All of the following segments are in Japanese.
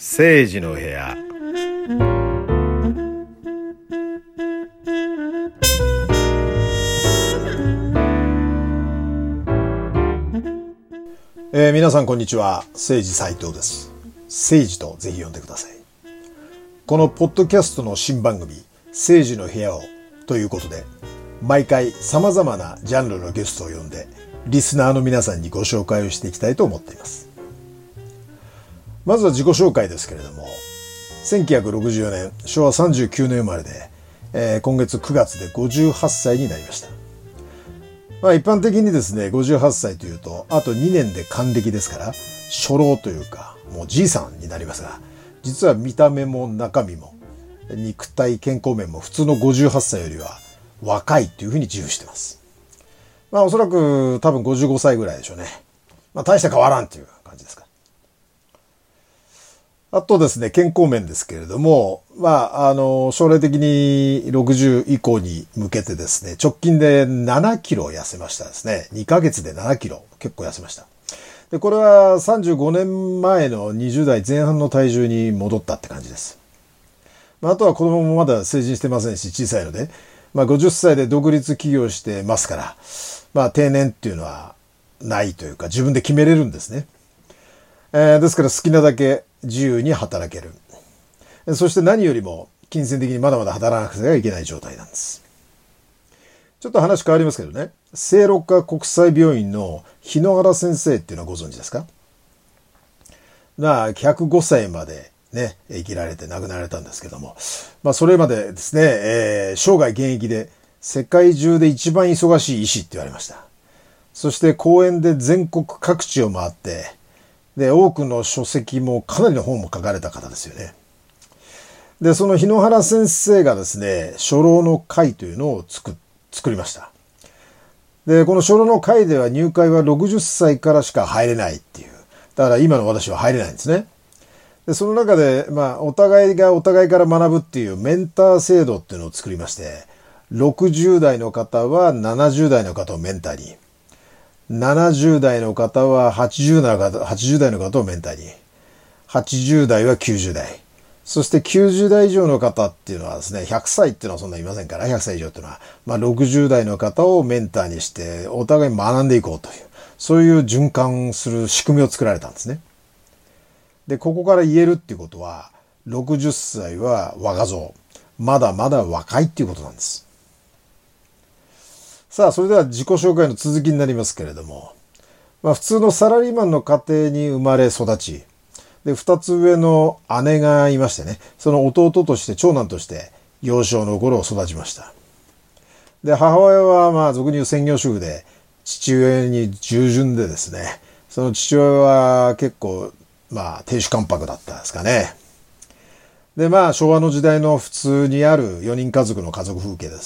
聖司の部屋。 皆さんこんにちは。聖司斉藤です。聖司とぜひ呼んでください。このポッドキャストの新番組聖司の部屋をということで、毎回様々なジャンルのゲストを呼んでリスナーの皆さんにご紹介をしていきたいと思っています。まずは自己紹介ですけれども、1964年昭和39年生まれで、今月9月で58歳になりました。一般的にですね、58歳というとあと2年で還暦ですから、初老というかもうじいさんになりますが、実は見た目も中身も肉体健康面も普通の58歳よりは若いというふうに自負してます。おそらく多分55歳ぐらいでしょうね。大して変わらんという感じですか。あとですね、健康面ですけれども、将来的に60以降に向けてですね、直近で7キロ痩せましたですね。2ヶ月で7キロ、結構痩せました。で、これは35年前の20代前半の体重に戻ったって感じです。あとは子供もまだ成人してませんし、小さいので、50歳で独立起業してますから、定年っていうのはないというか、自分で決めれるんですね。ですから好きなだけ自由に働ける。そして何よりも金銭的にまだまだ働かなくてはいけない状態なんです。ちょっと話変わりますけどね、聖路加国際病院の日野原先生っていうのはご存知ですか？105歳までね、生きられて亡くなられたんですけども、それまでですね、生涯現役で世界中で一番忙しい医師って言われました。そして講演で全国各地を回って、で、多くの書籍もかなりの本も書かれた方ですよね。で、その日野原先生がですね、初老の会というのを作りました。で、この初老の会では入会は60歳からしか入れないっていう。だから今の私は入れないんですね。で、その中で、お互いがお互いから学ぶっていうメンター制度っていうのを作りまして、60代の方は70代の方をメンターに、70代の方は80代の方をメンターに、80代は90代、そして90代以上の方っていうのはですね、100歳っていうのはそんなにいませんから、100歳以上っていうのは、60代の方をメンターにして、お互い学んでいこうという、そういう循環する仕組みを作られたんですね。で、ここから言えるっていうことは、60歳は若造、まだまだ若いっていうことなんです。さあ、それでは自己紹介の続きになりますけれども、普通のサラリーマンの家庭に生まれ育ち、で、二つ上の姉がいましてね、その弟として、長男として、幼少の頃を育ちました。で、母親は俗に言う専業主婦で、父親に従順でですね、その父親は結構、亭主関白だったですかね。で、昭和の時代の普通にある4人家族の家族風景です。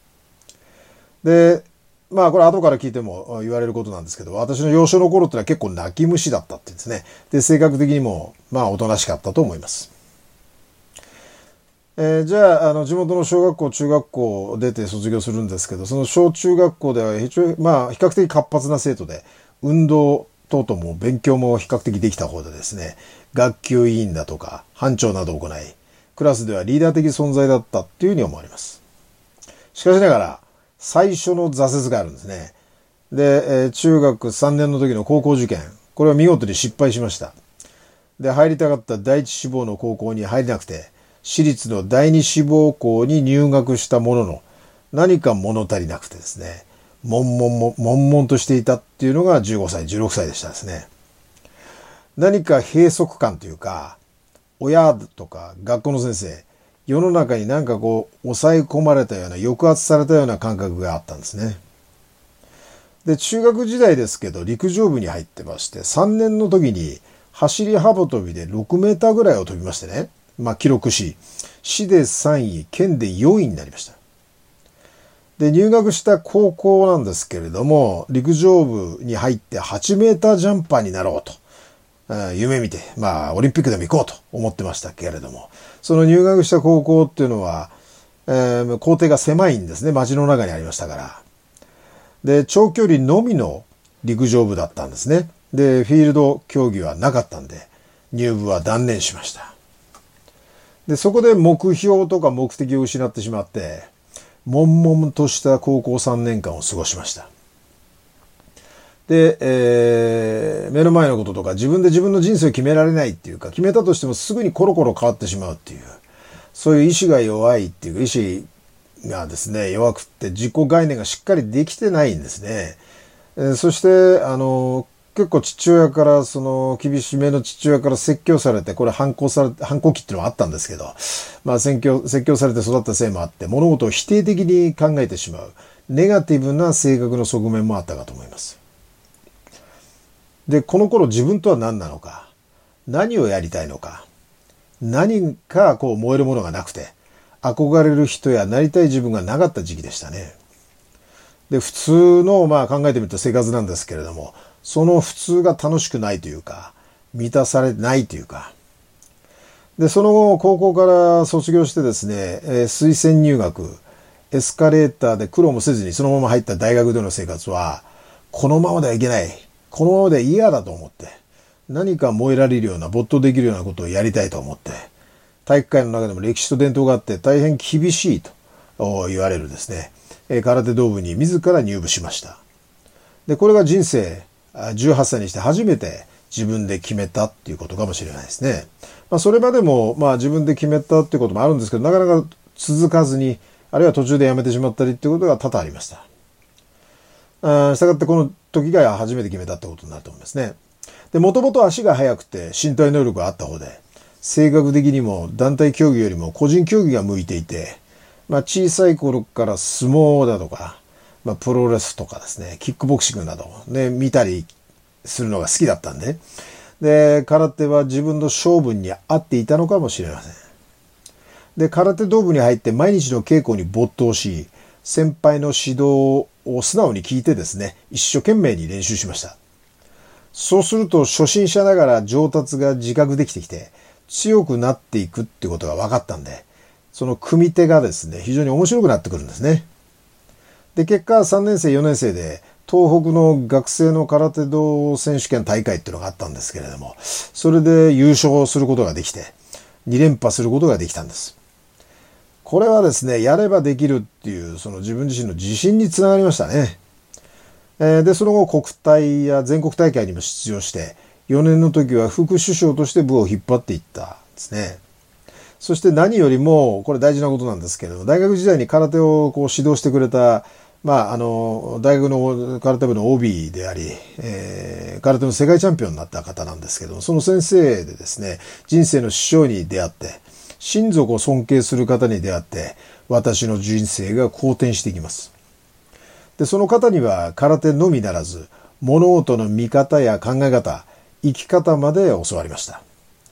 で、これ後から聞いても言われることなんですけど、私の幼少の頃ってのは結構泣き虫だったって言うんですね。で、性格的にもおとなしかったと思います。じゃあ、地元の小学校、中学校を出て卒業するんですけど、その小中学校では比較的活発な生徒で、運動等々も勉強も比較的できた方でですね、学級委員だとか班長などを行い、クラスではリーダー的存在だったっていうふうに思われます。しかしながら、最初の挫折があるんですね。で、中学3年の時の高校受験、これは見事に失敗しました。で、入りたかった第一志望の高校に入れなくて、私立の第二志望校に入学したものの、何か物足りなくてですね、悶々としていたっていうのが15歳、16歳でしたですね。何か閉塞感というか、親とか学校の先生、世の中に抑え込まれたような、抑圧されたような感覚があったんですね。で、中学時代ですけど、陸上部に入ってまして、3年の時に走り幅跳びで6メーターぐらいを飛びましてね、記録し、市で3位、県で4位になりました。で、入学した高校なんですけれども、陸上部に入って8メータージャンパーになろうと。夢見て、オリンピックでも行こうと思ってましたけれども、その入学した高校っていうのは、校庭が狭いんですね。街の中にありましたから。で、長距離のみの陸上部だったんですね。で、フィールド競技はなかったんで、 入部は断念しました。で、そこで目標とか目的を失ってしまって、悶々とした高校3年間を過ごしました。で、目の前のこととか自分で自分の人生を決められないっていうか、決めたとしてもすぐにコロコロ変わってしまうっていう、そういう意志が弱いっていうか、意志がですね、弱くって自己概念がしっかりできてないんですね。そして、結構父親から、厳しめの父親から説教されて、これ反抗期っていうのがあったんですけど、まあ説教されて育ったせいもあって、物事を否定的に考えてしまう、ネガティブな性格の側面もあったかと思います。で、この頃自分とは何なのか、何をやりたいのか、何かこう燃えるものがなくて、憧れる人やなりたい自分がなかった時期でしたね。で、普通の、まあ考えてみると生活なんですけれども、その普通が楽しくないというか、満たされないというか。で、その後、高校から卒業してですね、推薦入学、エスカレーターで苦労もせずにそのまま入った大学での生活は、このままではいけない。このままで嫌だと思って、何か燃えられるような、没頭できるようなことをやりたいと思って、体育会の中でも歴史と伝統があって大変厳しいと言われるですね、空手道部に自ら入部しました。で、これが人生、18歳にして初めて自分で決めたっていうことかもしれないですね。まあ、それまでも、まあ自分で決めたっていうこともあるんですけど、なかなか続かずに、あるいは途中でやめてしまったりっていうことが多々ありました。したがってこの時が初めて決めたってことになると思いますね。で、もともと足が速くて身体能力があった方で、性格的にも団体競技よりも個人競技が向いていて、まあ小さい頃から相撲だとか、まあプロレスとかですね、キックボクシングなどね、見たりするのが好きだったんで、で、空手は自分の性分に合っていたのかもしれません。で、空手道部に入って毎日の稽古に没頭し、先輩の指導を素直に聞いてですね、一生懸命に練習しました。そうすると初心者ながら上達が自覚できてきて、強くなっていくってことが分かったんで、その組み手がですね、非常に面白くなってくるんですね。で、結果3年生、4年生で、東北の学生の空手道選手権大会っていうのがあったんですけれども、それで優勝することができて、2連覇することができたんです。これはですね、やればできるっていう、その自分自身の自信につながりましたね。で、その後国体や全国大会にも出場して、4年の時は副首相として部を引っ張っていったんですね。そして何よりも、これ大事なことなんですけれども、大学時代に空手をこう指導してくれた、まあ、大学の空手部の OB であり、空手の世界チャンピオンになった方なんですけども、その先生でですね、人生の師匠に出会って、親族を尊敬する方に出会って、私の人生が好転していきます。で、その方には空手のみならず、物事の見方や考え方、生き方まで教わりました。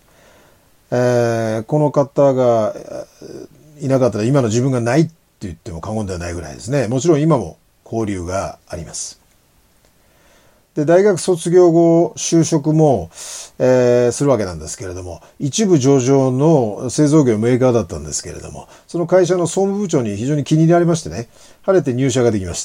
この方がいなかったら今の自分がないって言っても過言ではないぐらいですね。もちろん今も交流があります。で、大学卒業後、就職も、するわけなんですけれども、一部上場の製造業メーカーだったんですけれども、その会社の総務部長に非常に気に入られましてね、晴れて入社ができました。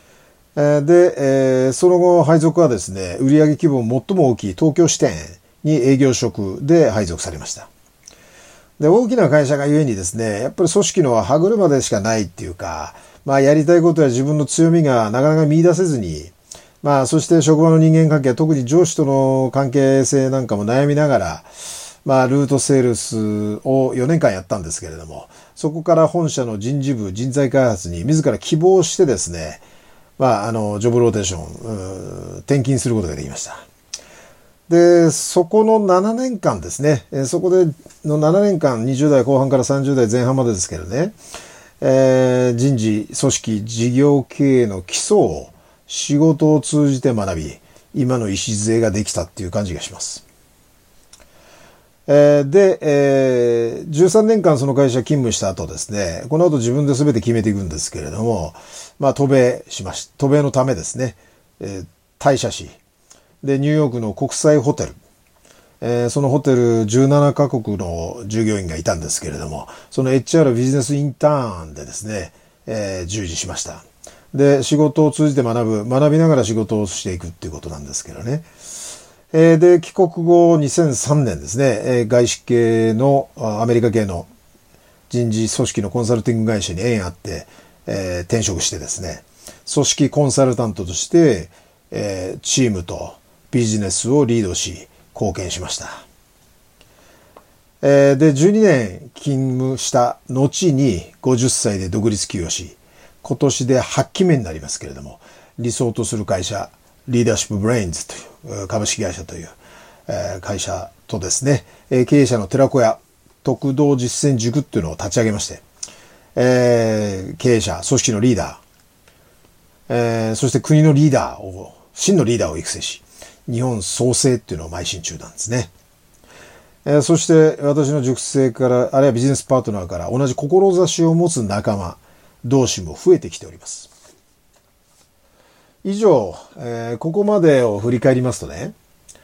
で、その後配属はですね、売上規模最も大きい東京支店に営業職で配属されました。で、大きな会社がゆえにですね、やっぱり組織の歯車でしかないっていうか、まあやりたいことや自分の強みがなかなか見出せずに、まあそして職場の人間関係、特に上司との関係性なんかも悩みながら、まあルートセールスを4年間やったんですけれども、そこから本社の人事部、人材開発に自ら希望してですね、まあジョブローテーション、転勤することができました。で、そこの7年間ですね、そこでの7年間、20代後半から30代前半までですけどね、人事、組織、事業経営の基礎を仕事を通じて学び、今の礎ができたっていう感じがします。で、13年間その会社勤務した後ですね、この後自分で全て決めていくんですけれども、まあ渡米のためですね、退社し、で、ニューヨークの国際ホテル、そのホテル17カ国の従業員がいたんですけれども、その HR ビジネスインターンでですね、従事しました。で、仕事を通じて学びながら仕事をしていくっていうことなんですけどね。 で、帰国後2003年ですね、外資系の、アメリカ系の人事組織のコンサルティング会社に縁あって、転職してですね、組織コンサルタントとして、チームとビジネスをリードし、貢献しました。で、12年勤務した後に50歳で独立起業し、今年で8期目になりますけれども、理想とする会社、リーダーシップブレインズという株式会社という会社とですね、経営者の寺子屋徳道実践塾っていうのを立ち上げまして、経営者、組織のリーダー、そして国のリーダーを、真のリーダーを育成し、日本創生っていうのを邁進中なんですね。そして私の塾生から、あるいはビジネスパートナーから同じ志を持つ仲間同士も増えてきております。以上、ここまでを振り返りますとね、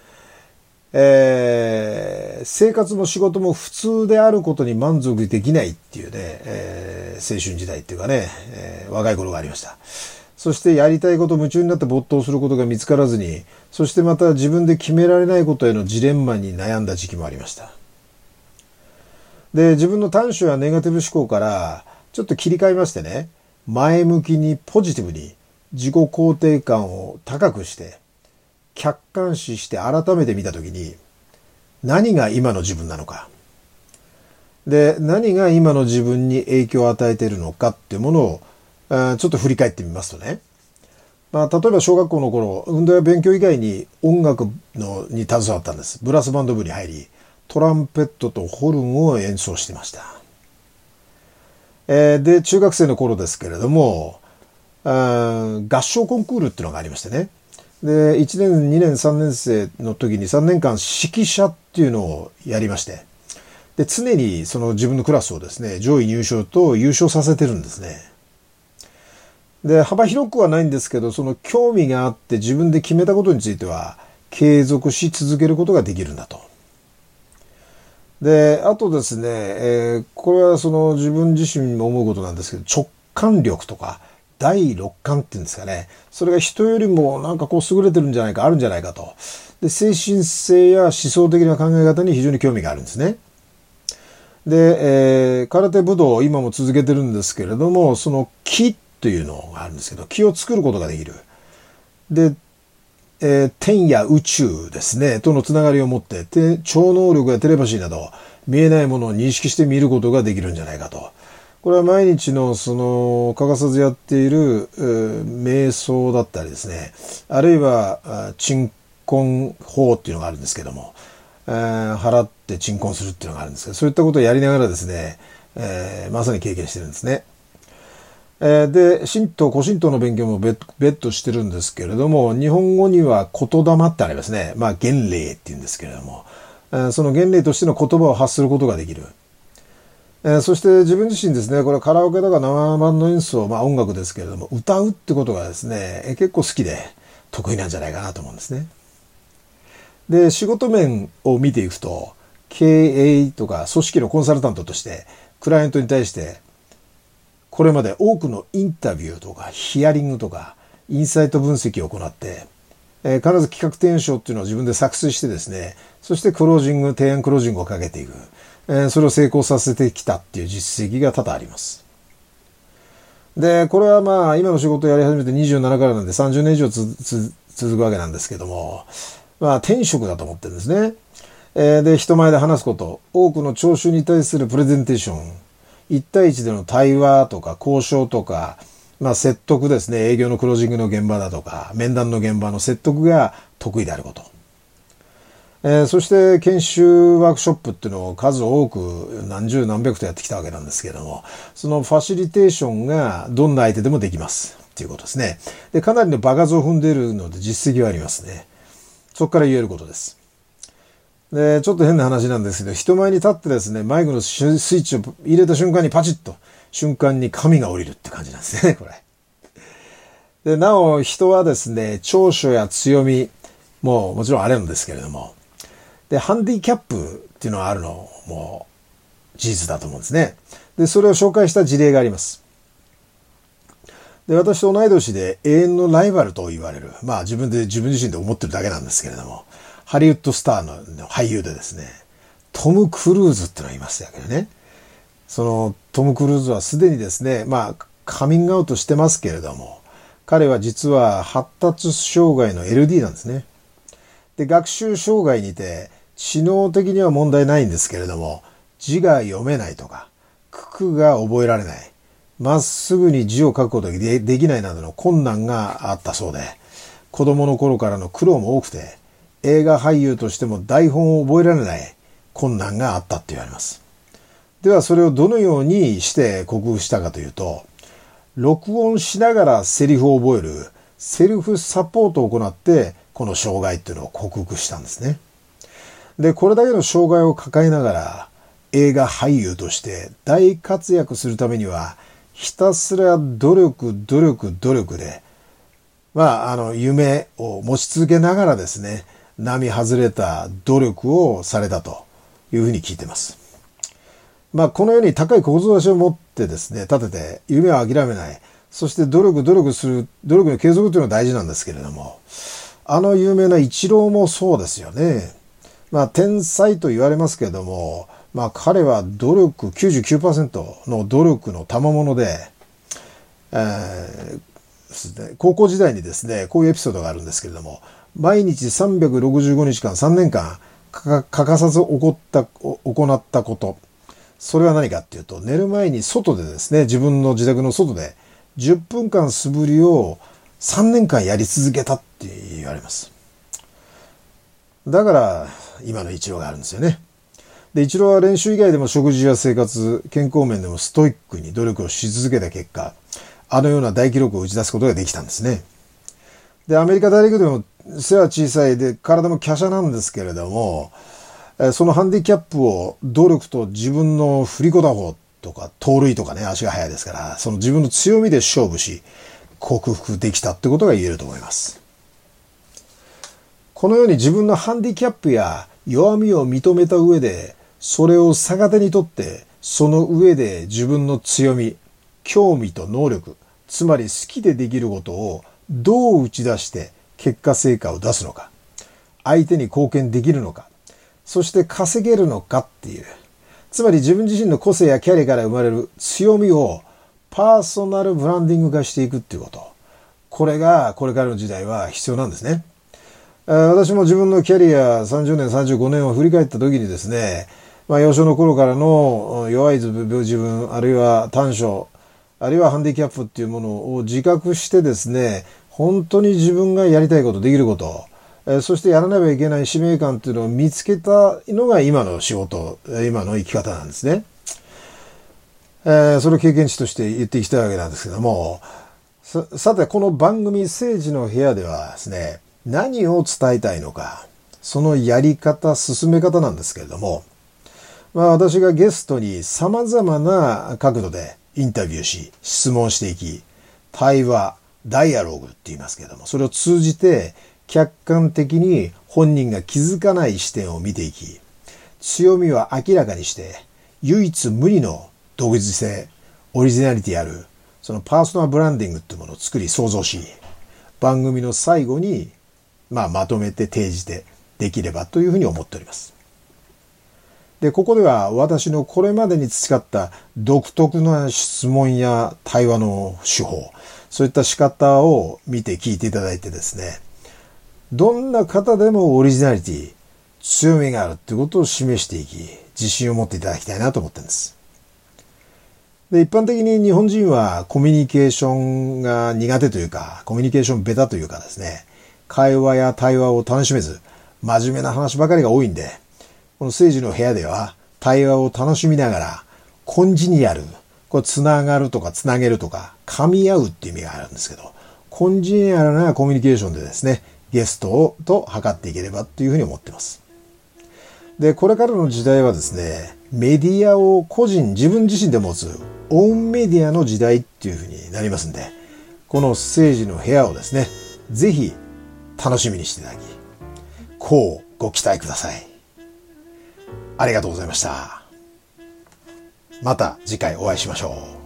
生活も仕事も普通であることに満足できないっていうね、青春時代っていうかね、若い頃がありました。そしてやりたいこと、夢中になって没頭することが見つからずに、そしてまた自分で決められないことへのジレンマに悩んだ時期もありました。で、自分の短所やネガティブ思考からちょっと切り替えましてね、前向きにポジティブに自己肯定感を高くして、客観視して改めて見たときに、何が今の自分なのか。で、何が今の自分に影響を与えているのかっていうものを、ちょっと振り返ってみますとね。例えば小学校の頃、運動や勉強以外に音楽に携わったんです。ブラスバンド部に入り、トランペットとホルンを演奏してました。で、中学生の頃ですけれども、合唱コンクールっていうのがありましてね。で、1年、2年、3年生の時に3年間指揮者っていうのをやりまして、で、常にその自分のクラスをですね、上位入賞と優勝させてるんですね。で、幅広くはないんですけど、その興味があって自分で決めたことについては継続し続けることができるんだと。で、あとですね、これはその自分自身も思うことなんですけど、直感力とか第六感っていうんですかね。それが人よりもなんかこう優れてるんじゃないか、あるんじゃないかと。で、精神性や思想的な考え方に非常に興味があるんですね。で、空手武道を今も続けてるんですけれども、その気というのがあるんですけど、気を作ることができる。で、天や宇宙ですね、とのつながりを持って、超能力やテレパシーなど、見えないものを認識して見ることができるんじゃないかと。これは毎日の欠かさずやっている、瞑想だったりですね、あるいは、鎮魂法っていうのがあるんですけども、払って鎮魂するっていうのがあるんですけど、そういったことをやりながらですね、まさに経験してるんですね。で、神道、古神道の勉強も別途してるんですけれども、日本語には言霊ってありますね。言霊って言うんですけれども、その言霊としての言葉を発することができる。そして自分自身ですね、これカラオケとか生バンド演奏、音楽ですけれども、歌うってことがですね、結構好きで得意なんじゃないかなと思うんですね。で、仕事面を見ていくと、経営とか組織のコンサルタントとして、クライアントに対して、これまで多くのインタビューとかヒアリングとかインサイト分析を行って、必ず企画提案書っていうのを自分で作成してですね、そして提案クロージングをかけていく。それを成功させてきたっていう実績が多々あります。で、これは今の仕事をやり始めて27からなんで30年以上続くわけなんですけども、天職だと思ってるんですね。で、人前で話すこと、多くの聴衆に対するプレゼンテーション、1対1での対話とか交渉とか、説得ですね。営業のクロージングの現場だとか、面談の現場の説得が得意であること。そして研修ワークショップっていうのを数多く何十何百とやってきたわけなんですけれども、そのファシリテーションがどんな相手でもできますっていうことですね。で、かなりの場数を踏んでいるので実績はありますね。そこから言えることです。で、ちょっと変な話なんですけど、人前に立ってですね、マイクのスイッチを入れた瞬間にパチッと、瞬間に神が降りるって感じなんですね、これ。で、なお人はですね、長所や強みももちろんあるんですけれども、で、ハンディキャップっていうのがあるのも事実だと思うんですね。で、それを紹介した事例があります。 で、私と同い年で永遠のライバルと言われる。まあ自分自身で思ってるだけなんですけれども、ハリウッドスターの俳優でですね、トム・クルーズってのがいましたけどね。そのトム・クルーズはすでにですね、まあカミングアウトしてますけれども、彼は実は発達障害の LD なんですね。で、学習障害にて、知能的には問題ないんですけれども、字が読めないとか、九九が覚えられない、まっすぐに字を書くことができないなどの困難があったそうで、子供の頃からの苦労も多くて、映画俳優としても台本を覚えられない困難があったって言われます。ではそれをどのようにして克服したかというと、録音しながらセリフを覚えるセルフサポートを行って、この障害っていうのを克服したんですね。で、これだけの障害を抱えながら映画俳優として大活躍するためには、ひたすら努力で、まあ、夢を持ち続けながらですね、並外れた努力をされたというふうに聞いてます。まあ、このように高い志を持ってですね、立てて夢を諦めない。そして努力する、努力の継続というのは大事なんですけれども、有名なイチローもそうですよね。まあ、天才と言われますけれども、まあ、彼は努力 99% の努力の賜物で、高校時代にですね、こういうエピソードがあるんですけれども、毎日365日間3年間欠かさず行ったこと、それは何かっていうと、寝る前に外でですね、自分の自宅の外で10分間素振りを3年間やり続けたって言われます。だから今のイチローがあるんですよね。で、イチローは練習以外でも食事や生活、健康面でもストイックに努力をし続けた結果、あのような大記録を打ち出すことができたんですね。で、アメリカ大陸でも背は小さいで体も華奢なんですけれども、そのハンディキャップを努力と自分の振り子打法とか盗塁とかね、足が速いですから、その自分の強みで勝負し、克服できたってことが言えると思います。このように自分のハンディキャップや弱みを認めた上で、それを逆手にとって、その上で自分の強み、興味と能力、つまり好きでできることをどう打ち出して結果成果を出すのか、相手に貢献できるのか、そして稼げるのかっていう、つまり自分自身の個性やキャリアから生まれる強みをパーソナルブランディング化していくっていうこと。これがこれからの時代は必要なんですね。私も自分のキャリア30年、35年を振り返った時にですね、幼少の頃からの弱い自分、あるいは短所、あるいはハンディキャップっていうものを自覚してですね、本当に自分がやりたいこと、できること、そしてやらなきゃいけない使命感っていうのを見つけたのが今の仕事、今の生き方なんですね。それを経験値として言っていきたいわけなんですけども、さてこの番組政治の部屋ではですね、何を伝えたいのか、そのやり方、進め方なんですけれども、私がゲストに様々な角度でインタビューし、質問していき、対話、ダイアログって言いますけれども、それを通じて客観的に本人が気づかない視点を見ていき、強みを明らかにして、唯一無二の独自性、オリジナリティある、そのパーソナルブランディングっていうものを作り創造し、番組の最後に、まとめて提示できればというふうに思っております。で、ここでは私のこれまでに培った独特な質問や対話の手法、そういった仕方を見て聞いていただいてですね、どんな方でもオリジナリティ、強みがあるということを示していき、自信を持っていただきたいなと思っています。で、一般的に日本人はコミュニケーションが苦手というか、コミュニケーションベタというかですね、会話や対話を楽しめず、真面目な話ばかりが多いんで、この政治の部屋では対話を楽しみながら、コンジニアル、これつながるとかつなげるとか、噛み合うっていう意味があるんですけど、コンジニアルなコミュニケーションでですね、ゲストと図っていければというふうに思っています。で、これからの時代はですね、メディアを自分自身で持つオウンメディアの時代っていうふうになりますんで、この政治の部屋をですね、ぜひ楽しみにしていただき、こうご期待ください。ありがとうございました。また次回お会いしましょう。